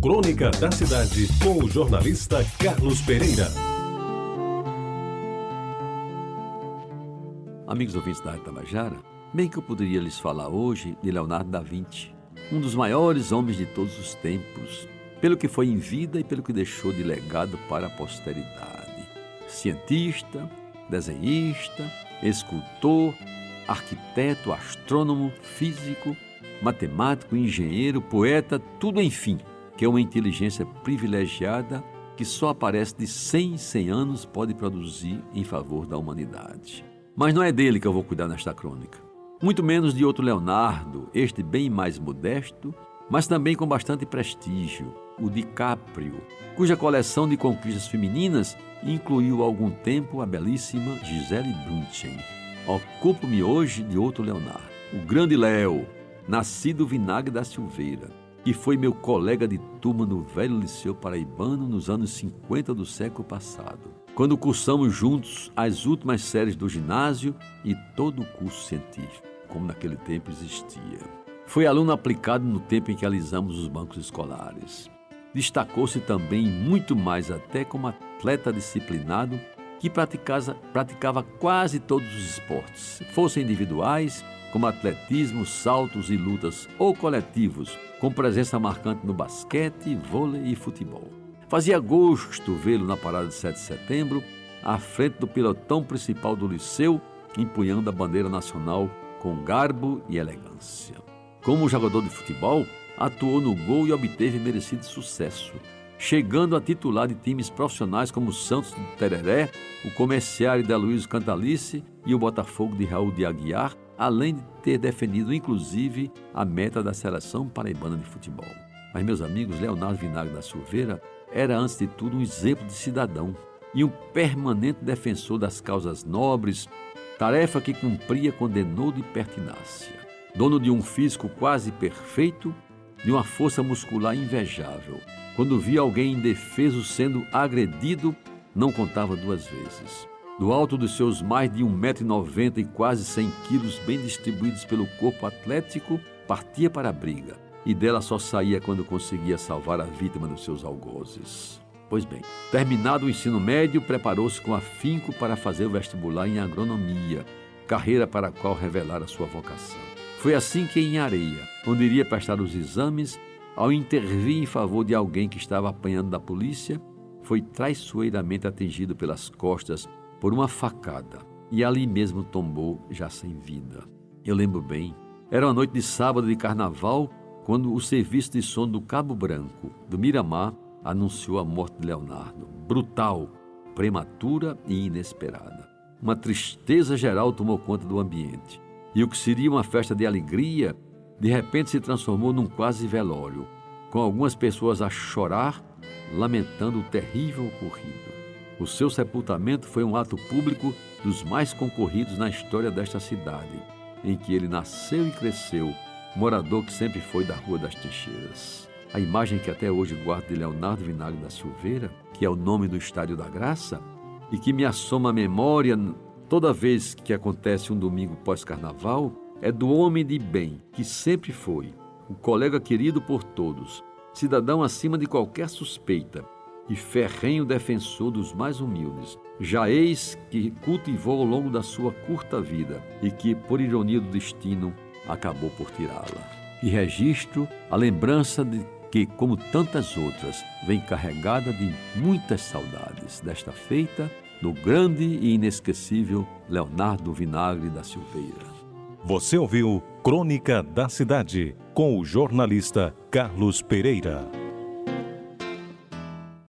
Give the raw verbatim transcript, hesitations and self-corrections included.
Crônica da Cidade, com o jornalista Carlos Pereira. Amigos ouvintes da Rádio Tabajara, bem que eu poderia lhes falar hoje de Leonardo da Vinci, um dos maiores homens de todos os tempos, pelo que foi em vida e pelo que deixou de legado para a posteridade. Cientista, desenhista, escultor, arquiteto, astrônomo, físico, matemático, engenheiro, poeta, tudo enfim, que é uma inteligência privilegiada que só aparece de cem em cem anos pode produzir em favor da humanidade. Mas não é dele que eu vou cuidar nesta crônica. Muito menos de outro Leonardo, este bem mais modesto, mas também com bastante prestígio, o DiCaprio, cuja coleção de conquistas femininas incluiu há algum tempo a belíssima Gisele Bündchen. Ocupo-me hoje de outro Leonardo, o grande Léo, nascido Vinagre da Silveira, que foi meu colega de turma no velho Liceu Paraibano nos anos cinquenta do século passado, quando cursamos juntos as últimas séries do ginásio e todo o curso científico, como naquele tempo existia. Foi aluno aplicado no tempo em que alisamos os bancos escolares. Destacou-se também muito mais até como atleta disciplinado que praticava, praticava quase todos os esportes, fossem individuais, como atletismo, saltos e lutas, ou coletivos, com presença marcante no basquete, vôlei e futebol. Fazia gosto vê-lo na parada de sete de setembro, à frente do pelotão principal do Liceu, empunhando a bandeira nacional com garbo e elegância. Como jogador de futebol, atuou no gol e obteve merecido sucesso, chegando a titular de times profissionais como o Santos de Tereré, o Comerciário de Aloysio Cantalice e o Botafogo de Raul de Aguiar, além de ter defendido, inclusive, a meta da seleção paraibana de futebol. Mas, meus amigos, Leonardo Vinagre da Silveira era, antes de tudo, um exemplo de cidadão e um permanente defensor das causas nobres, tarefa que cumpria com denodo e pertinácia. Dono de um físico quase perfeito, de uma força muscular invejável. Quando via alguém indefeso sendo agredido, não contava duas vezes. Do alto dos seus mais de um metro e noventa e quase cem quilos bem distribuídos pelo corpo atlético, partia para a briga, e dela só saía quando conseguia salvar a vítima dos seus algozes. Pois bem, terminado o ensino médio, preparou-se com afinco para fazer o vestibular em agronomia, carreira para a qual revelara sua vocação. Foi assim que, em Areia, onde iria prestar os exames, ao intervir em favor de alguém que estava apanhando da polícia, foi traiçoeiramente atingido pelas costas por uma facada e ali mesmo tombou, já sem vida. Eu lembro bem, era uma noite de sábado de carnaval, quando o serviço de som do Cabo Branco, do Miramar, anunciou a morte de Leonardo, brutal, prematura e inesperada. Uma tristeza geral tomou conta do ambiente. E o que seria uma festa de alegria, de repente se transformou num quase velório, com algumas pessoas a chorar, lamentando o terrível ocorrido. O seu sepultamento foi um ato público dos mais concorridos na história desta cidade, em que ele nasceu e cresceu, morador que sempre foi da Rua das Trincheiras. A imagem que até hoje guardo de Leonardo Vinagre da Silveira, que é o nome do Estádio da Graça, e que me assoma à memória toda vez que acontece um domingo pós-carnaval, é do homem de bem que sempre foi, o colega querido por todos, cidadão acima de qualquer suspeita e ferrenho defensor dos mais humildes, já eis que cultivou ao longo da sua curta vida e que, por ironia do destino, acabou por tirá-la. E registro a lembrança de que, como tantas outras, vem carregada de muitas saudades desta feita do grande e inesquecível Leonardo Vinagre da Silveira. Você ouviu Crônica da Cidade, com o jornalista Carlos Pereira.